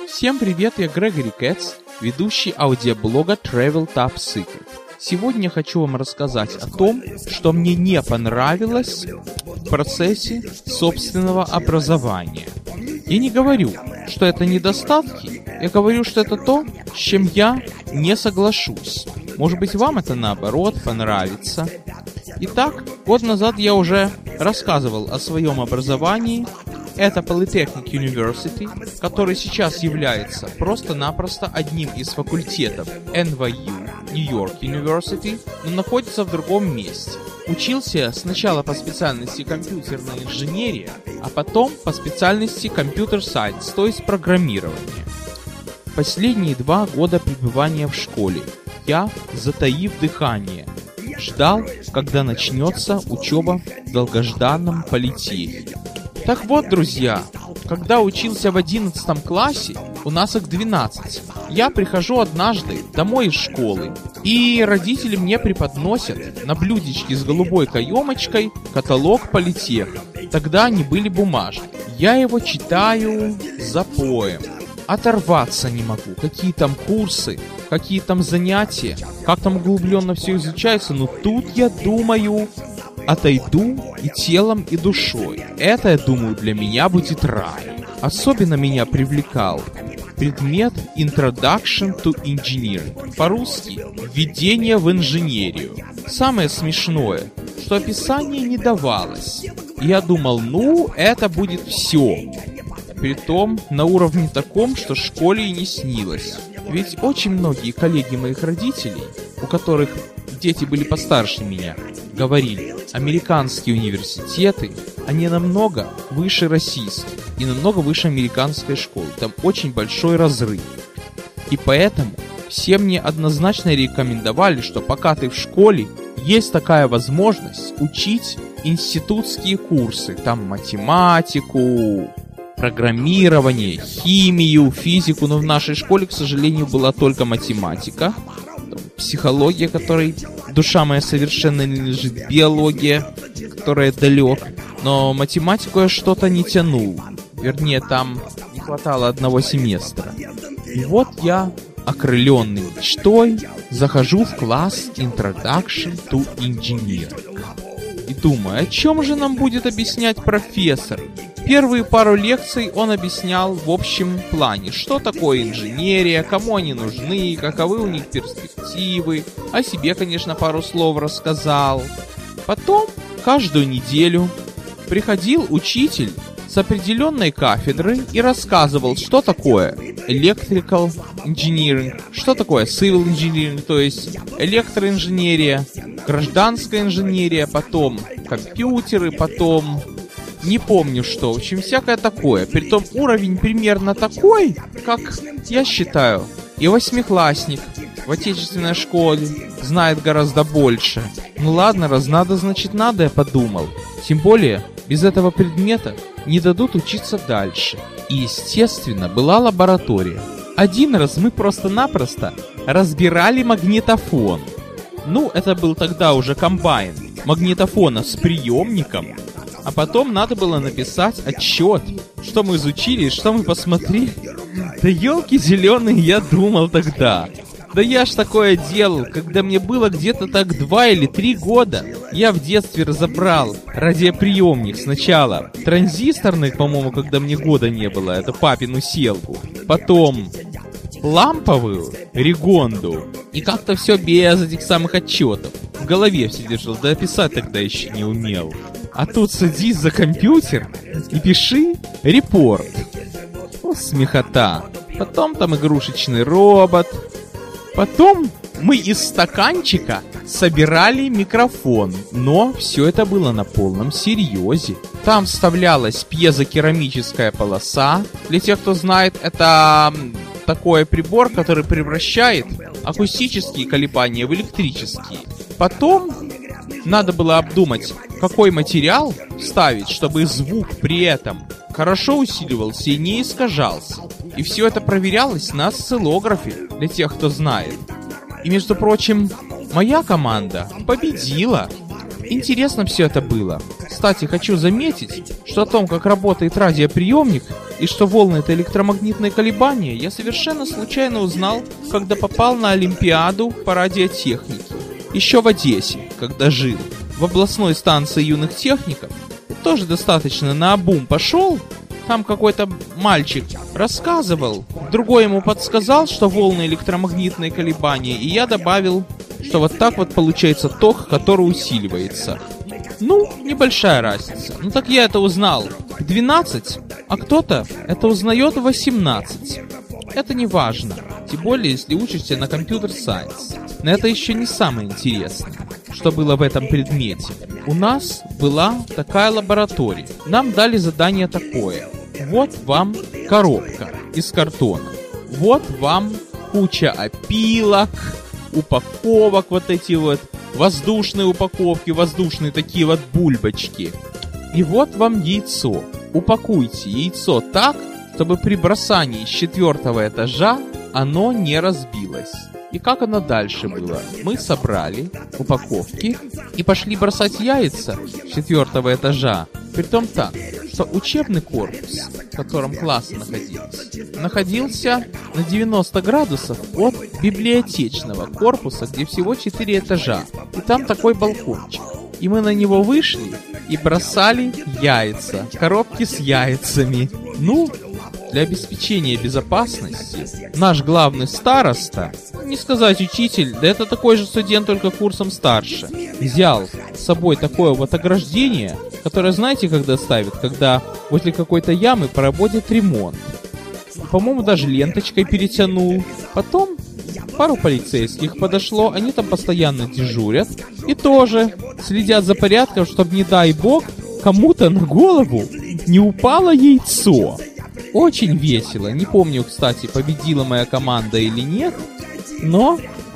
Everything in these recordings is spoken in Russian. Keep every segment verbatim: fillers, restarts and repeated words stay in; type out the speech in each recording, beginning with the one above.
Всем привет, я Грегори Кэтс, ведущий аудиоблога Travel Top Secret. Сегодня я хочу вам рассказать о том, что мне не понравилось в процессе собственного образования. Я не говорю, что это недостатки, я говорю, что это то, с чем я не соглашусь. Может быть, вам это наоборот понравится. Итак, год назад я уже рассказывал о своем образовании. Это Polytechnic University, который сейчас является просто-напросто одним из факультетов эн вай ю, New York University, но находится в другом месте. Учился я сначала по специальности компьютерная инженерия, а потом по специальности Computer Science, то есть программирование. Последние два года пребывания в школе я, затаив дыхание, ждал, когда начнется учеба в долгожданном политехе. Так вот, друзья, когда учился в одиннадцатом классе, у нас их двенадцать, я прихожу однажды домой из школы, и родители мне преподносят на блюдечке с голубой каемочкой каталог политеха. Тогда они были бумажные. Я его читаю запоем. Оторваться не могу. Какие там курсы, какие там занятия, как там углубленно все изучается. Но тут я думаю, отойду и телом, и душой. Это, я думаю, для меня будет рай. Особенно меня привлекал предмет Introduction to Engineering. По-русски введение в инженерию. Самое смешное, что описание не давалось. Я думал, ну, это будет все. Притом на уровне таком, что школе и не снилось. Ведь очень многие коллеги моих родителей, у которых дети были постарше меня, говорили, американские университеты, они намного выше российских и намного выше американской школы. Там очень большой разрыв. И поэтому все мне однозначно рекомендовали, что пока ты в школе, есть такая возможность учить институтские курсы. Там математику, программирование, химию, физику. Но в нашей школе, к сожалению, была только математика. Психология, которой душа моя совершенно не лежит, биология, которая далек. Но математику я что-то не тянул. Вернее, там не хватало одного семестра. И вот я, окрыленный мечтой, захожу в класс Introduction to Engineering. И думаю, о чем же нам будет объяснять профессор? Первые пару лекций он объяснял в общем плане, что такое инженерия, кому они нужны, каковы у них перспективы. О себе, конечно, пару слов рассказал. Потом каждую неделю приходил учитель с определенной кафедры и рассказывал, что такое electrical engineering, что такое civil engineering, то есть электроинженерия, гражданская инженерия, потом компьютеры, потом не помню что, в общем, всякое такое. Притом уровень примерно такой, как, я считаю, и восьмиклассник в отечественной школе знает гораздо больше. Ну ладно, раз надо, значит надо, я подумал. Тем более, без этого предмета не дадут учиться дальше. И, естественно, была лаборатория. Один раз мы просто-напросто разбирали магнитофон. Ну, это был тогда уже комбайн магнитофона с приемником. А потом надо было написать отчет, что мы изучили, что мы посмотрели. Да елки зеленые, я думал тогда. Да я ж такое делал, когда мне было где-то так два или три года. Я в детстве разобрал радиоприемник сначала. Транзисторный, по-моему, когда мне года не было, это папину селку. Потом ламповую регонду. И как-то все без этих самых отчетов. В голове все держал, да писать тогда еще не умел. А тут садись за компьютер и пиши репорт. О, смехота. Потом там игрушечный робот. Потом мы из стаканчика собирали микрофон. Но все это было на полном серьезе. Там вставлялась пьезокерамическая полоса. Для тех, кто знает, это такой прибор, который превращает акустические колебания в электрические. Потом надо было обдумать, какой материал вставить, чтобы звук при этом хорошо усиливался и не искажался. И все это проверялось на осциллографе, для тех, кто знает. И, между прочим, моя команда победила. Интересно все это было. Кстати, хочу заметить, что о том, как работает радиоприемник и что волны — это электромагнитные колебания, я совершенно случайно узнал, когда попал на Олимпиаду по радиотехнике. Еще в Одессе, когда жил, в областной станции юных техников, тоже достаточно наобум пошел. Там какой-то мальчик рассказывал, другой ему подсказал, что волны — электромагнитные колебания, и я добавил, что вот так вот получается ток, который усиливается. Ну, небольшая разница. Ну так я это узнал в двенадцать, а кто-то это узнает в восемнадцать. Это не важно, тем более, если учишься на компьютер-сайенс. Но это еще не самое интересное, что было в этом предмете. У нас была такая лаборатория. Нам дали задание такое. Вот вам коробка из картона. Вот вам куча опилок, упаковок, вот эти вот воздушные упаковки, воздушные такие вот бульбочки. И вот вам яйцо. Упакуйте яйцо так, чтобы при бросании с четвертого этажа оно не разбилось. И как оно дальше было? Мы собрали упаковки и пошли бросать яйца с четвертого этажа. Притом так, что учебный корпус, в котором классы находились, находился на девяносто градусов от библиотечного корпуса, где всего четыре этажа. И там такой балкончик. И мы на него вышли и бросали яйца, коробки с яйцами. Ну, для обеспечения безопасности наш главный староста, не сказать учитель, да это такой же студент, только курсом старше, взял с собой такое вот ограждение, которое, знаете, когда ставят, когда возле какой-то ямы проводят ремонт. По-моему, даже ленточкой перетянул. Потом пару полицейских подошло, они там постоянно дежурят и тоже следят за порядком, чтобы, не дай бог, кому-то на голову не упало яйцо. Очень весело. Не помню, кстати, победила моя команда или нет, но,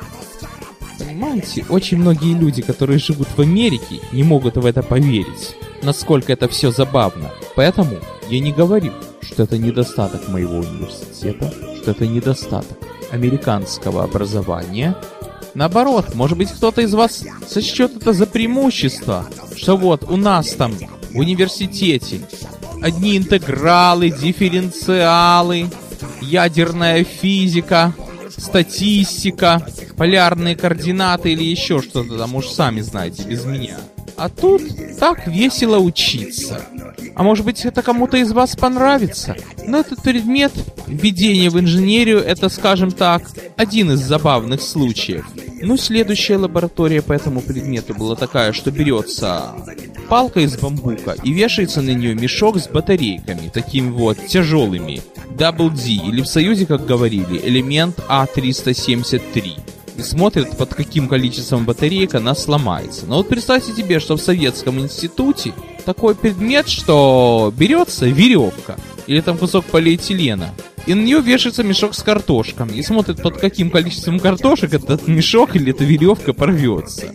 понимаете, очень многие люди, которые живут в Америке, не могут в это поверить, насколько это все забавно. Поэтому я не говорю, что это недостаток моего университета, что это недостаток американского образования. Наоборот, может быть, кто-то из вас сочтет это за преимущество, что вот у нас там в университете одни интегралы, дифференциалы, ядерная физика, статистика, полярные координаты или еще что-то там, уж сами знаете, без меня. А тут так весело учиться. А может быть, это кому-то из вас понравится? Но этот предмет введения в инженерию, это, скажем так, один из забавных случаев. Ну, следующая лаборатория по этому предмету была такая, что берется палка из бамбука и вешается на нее мешок с батарейками, такими вот тяжелыми, дабл ди, или в Союзе, как говорили, элемент А триста семьдесят три. И смотрят, под каким количеством батареек она сломается. Но вот представьте себе, что в Советском институте такой предмет, что берется веревка или там кусок полиэтилена, и на нее вешается мешок с картошками, и смотрят, под каким количеством картошек этот мешок или эта веревка порвется.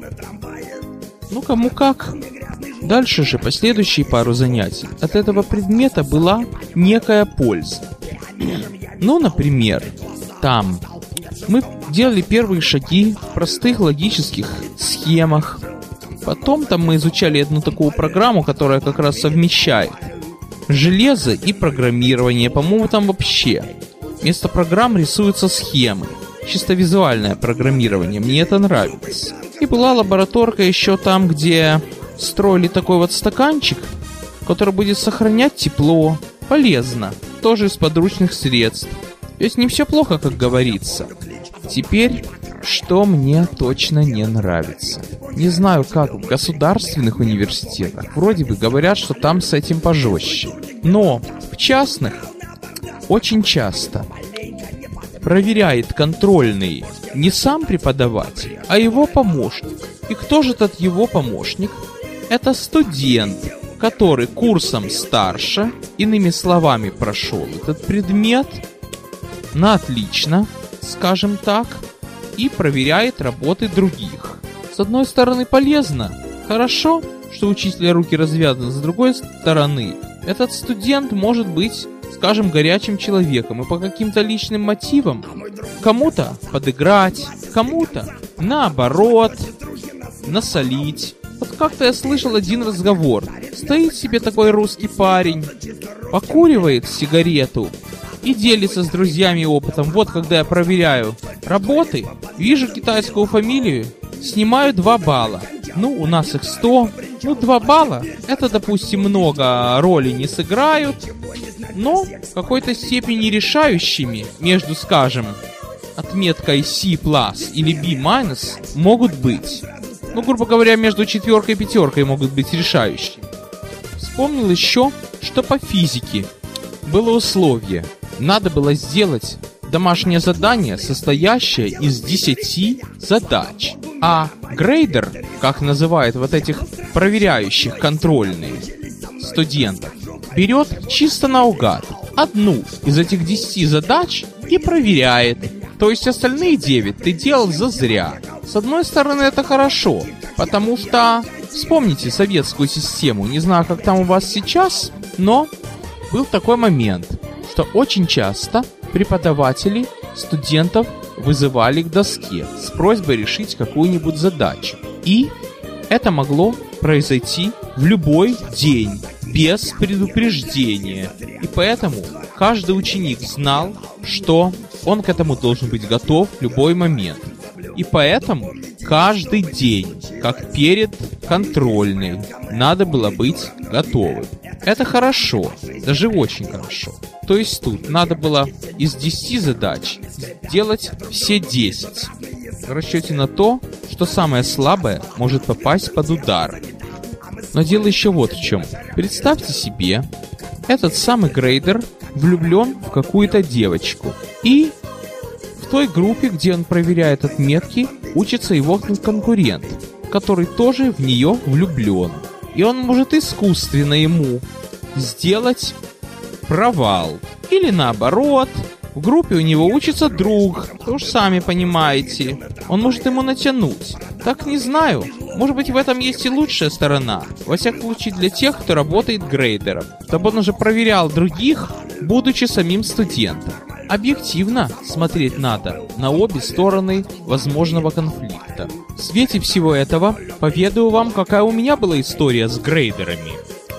Ну, кому как. Дальше же, последующие пару занятий, от этого предмета была некая польза. Ну, например, там мы делали первые шаги в простых логических схемах. Потом там мы изучали одну такую программу, которая как раз совмещает железо и программирование. По-моему, там вообще вместо программ рисуются схемы. Чисто визуальное программирование. Мне это нравилось. И была лабораторка еще там, где строили такой вот стаканчик, который будет сохранять тепло. Полезно. Тоже из подручных средств. То есть не все плохо, как говорится. Теперь, что мне точно не нравится. Не знаю, как в государственных университетах. Вроде бы говорят, что там с этим пожестче. Но в частных очень часто проверяет контрольный не сам преподаватель, а его помощник. И кто же этот его помощник? Это студент, который курсом старше, иными словами, прошел этот предмет на отлично, скажем так, и проверяет работы других. С одной стороны, полезно, хорошо, что у учителя руки развязаны, с другой стороны, этот студент может быть, скажем, горячим человеком и по каким-то личным мотивам кому-то подыграть, кому-то, наоборот, насолить. Вот как-то я слышал один разговор. Стоит себе такой русский парень, покуривает сигарету и делится с друзьями опытом. Вот когда я проверяю работы, вижу китайскую фамилию, снимаю два балла. Ну, у нас их сто. Ну, два балла. Это, допустим, много роли не сыграют, но в какой-то степени решающими между, скажем, отметкой C плюс или B минус могут быть. Ну, грубо говоря, между четверкой и пятеркой могут быть решающими. Вспомнил еще, что по физике было условие. Надо было сделать домашнее задание, состоящее из десяти задач. А грейдер, как называют вот этих проверяющих контрольные студентов, берет чисто наугад одну из этих десяти задач и проверяет. То есть остальные девять ты делал зазря. С одной стороны, это хорошо, потому что вспомните советскую систему. Не знаю, как там у вас сейчас, но был такой момент, что очень часто преподаватели студентов вызывали к доске с просьбой решить какую-нибудь задачу. И это могло произойти в любой день, без предупреждения. И поэтому каждый ученик знал, что он к этому должен быть готов в любой момент. И поэтому каждый день, как перед контрольной, надо было быть готовым. Это хорошо, даже очень хорошо. То есть тут надо было из десяти задач делать все десять. В расчете на то, что самое слабое может попасть под удар. Но дело еще вот в чем. Представьте себе, этот самый грейдер влюблен в какую-то девочку. И в той группе, где он проверяет отметки, учится его конкурент, который тоже в нее влюблен. И он может искусственно ему сделать провал. Или наоборот, в группе у него учится друг, вы уж сами понимаете. Он может ему натянуть. Так не знаю, может быть, в этом есть и лучшая сторона. Во всяком случае, для тех, кто работает грейдером. Чтобы он уже проверял других, будучи самим студентом. Объективно смотреть надо на обе стороны возможного конфликта. В свете всего этого поведаю вам, какая у меня была история с грейдерами.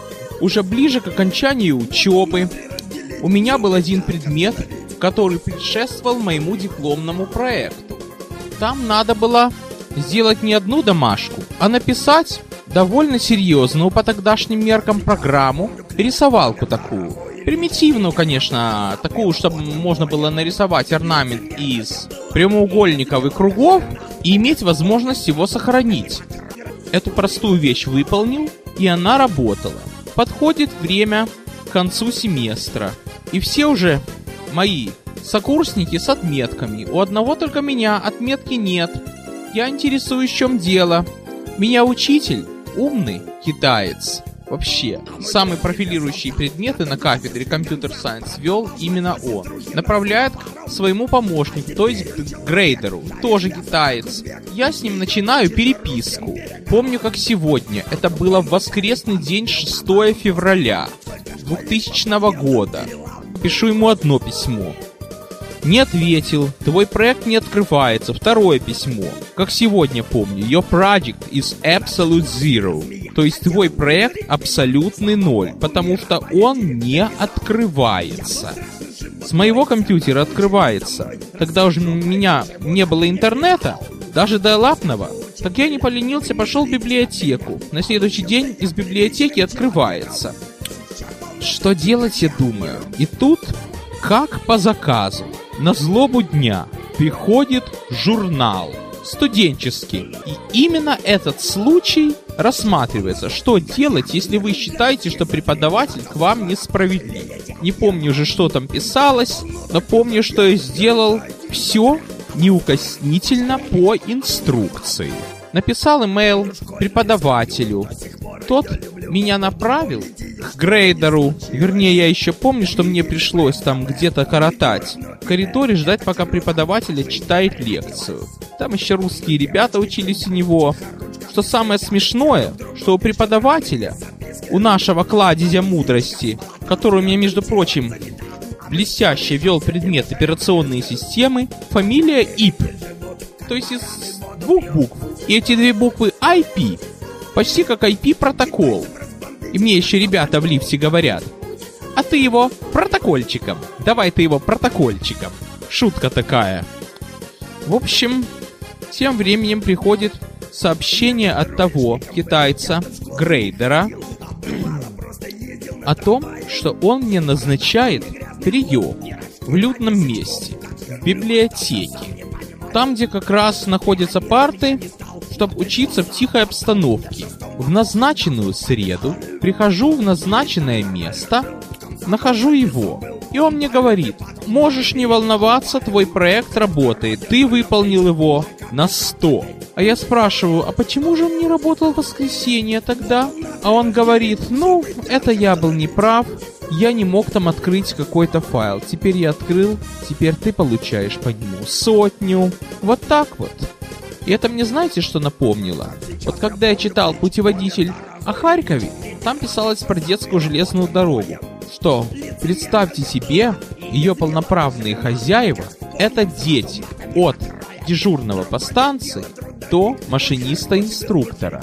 Уже ближе к окончанию учебы у меня был один предмет, который предшествовал моему дипломному проекту. Там надо было сделать не одну домашку, а написать довольно серьезную по тогдашним меркам программу, рисовалку такую. Примитивную, конечно, такую, чтобы можно было нарисовать орнамент из прямоугольников и кругов и иметь возможность его сохранить. Эту простую вещь выполнил, и она работала. Подходит время к концу семестра, и все уже мои сокурсники с отметками. У одного только меня отметки нет. Я интересуюсь, в чем дело. Меня учитель, умный китаец, вообще, самые профилирующие предметы на кафедре Computer Science вел именно он. Направляет к своему помощнику, то есть к грейдеру, тоже китаец. Я с ним начинаю переписку. Помню, как сегодня. Это было в воскресный день, шестого февраля двухтысячного года. Пишу ему одно письмо. Не ответил, твой проект не открывается. Второе письмо. Как сегодня помню, your project is absolute zero. То есть твой проект абсолютный ноль, потому что он не открывается. С моего компьютера открывается. Тогда уже у меня не было интернета, даже дайлапного. Так я не поленился, пошел в библиотеку. На следующий день из библиотеки открывается. Что делать, я думаю. И тут, как по заказу, на злобу дня приходит журнал студенческий. И именно этот случай рассматривается. Что делать, если вы считаете, что преподаватель к вам несправедлив? Не помню уже, что там писалось, но помню, что я сделал все неукоснительно по инструкции. Написал имейл преподавателю. Тот меня направил к грейдеру. Вернее, я еще помню, что мне пришлось там где-то коротать в коридоре, ждать, пока преподаватель читает лекцию. Там еще русские ребята учились у него. Что самое смешное, что у преподавателя, у нашего кладезя мудрости, который у меня, между прочим, блестяще вел предмет операционные системы, фамилия ай пи. То есть из двух букв. И эти две буквы ай пи Почти как ай пи-протокол. И мне еще ребята в лифте говорят: а ты его протокольчиком. Давай ты его протокольчиком. Шутка такая. В общем, тем временем приходит сообщение от того китайца, грейдера, о том, что он мне назначает прием в людном месте, в библиотеке. Там, где как раз находятся парты, чтобы учиться в тихой обстановке. В назначенную среду прихожу в назначенное место, нахожу его. И он мне говорит: можешь не волноваться, твой проект работает, ты выполнил его на сто. А я спрашиваю: а почему же он не работал в воскресенье тогда? А он говорит: ну, это я был неправ, я не мог там открыть какой-то файл. Теперь я открыл, теперь ты получаешь по нему сотню. Вот так вот. И это мне, знаете, что напомнило? Вот когда я читал «Путеводитель о Харькове», там писалось про детскую железную дорогу, что, представьте себе, ее полноправные хозяева — это дети от дежурного по станции до машиниста-инструктора.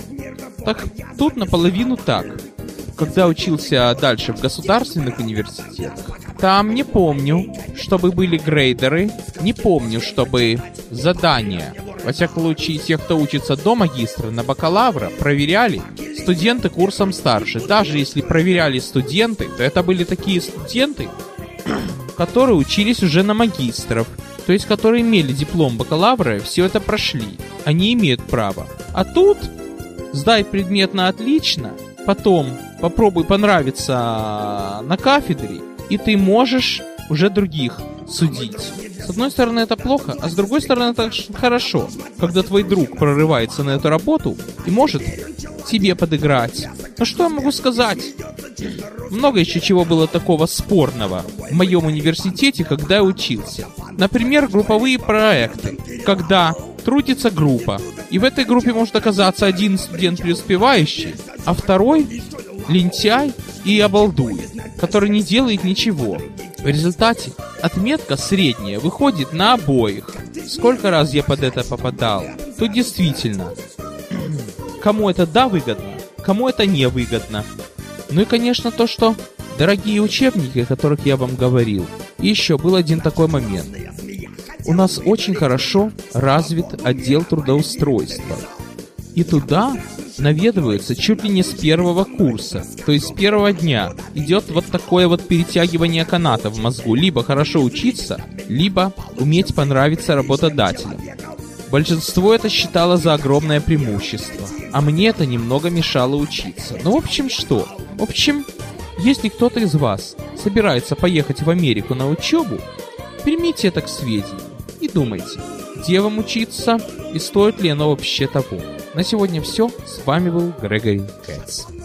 Так тут наполовину так. Когда учился дальше в государственных университетах, там не помню, чтобы были грейдеры, не помню, чтобы задания, во всяком случае, тех, кто учится до магистра, на бакалавра, проверяли студенты курсом старше. Даже если проверяли студенты, то это были такие студенты, которые учились уже на магистров, то есть которые имели диплом бакалавра, все это прошли. Они имеют право. А тут сдай предмет на отлично, потом попробуй понравиться на кафедре, и ты можешь уже других судить. С одной стороны, это плохо, а с другой стороны, это хорошо, когда твой друг прорывается на эту работу и может тебе подыграть. Ну что я могу сказать? Много еще чего было такого спорного в моем университете, когда я учился. Например, групповые проекты, когда трудится группа, и в этой группе может оказаться один студент преуспевающий, а второй лентяй и обалдует, который не делает ничего. В результате отметка средняя выходит на обоих. Сколько раз я под это попадал? Тут действительно, кому это да выгодно, кому это не выгодно. Ну и, конечно, то, что дорогие учебники, о которых я вам говорил. И еще был один такой момент. У нас очень хорошо развит отдел трудоустройства. И туда наведываются чуть ли не с первого курса, то есть с первого дня. Идет вот такое вот перетягивание каната в мозгу. Либо хорошо учиться, либо уметь понравиться работодателям. Большинство это считало за огромное преимущество, а мне это немного мешало учиться. Ну, в общем, что? В общем, если кто-то из вас собирается поехать в Америку на учебу, примите это к сведению и думайте, где вам учиться и стоит ли оно вообще того. На сегодня все. С вами был Грегори Кэтс.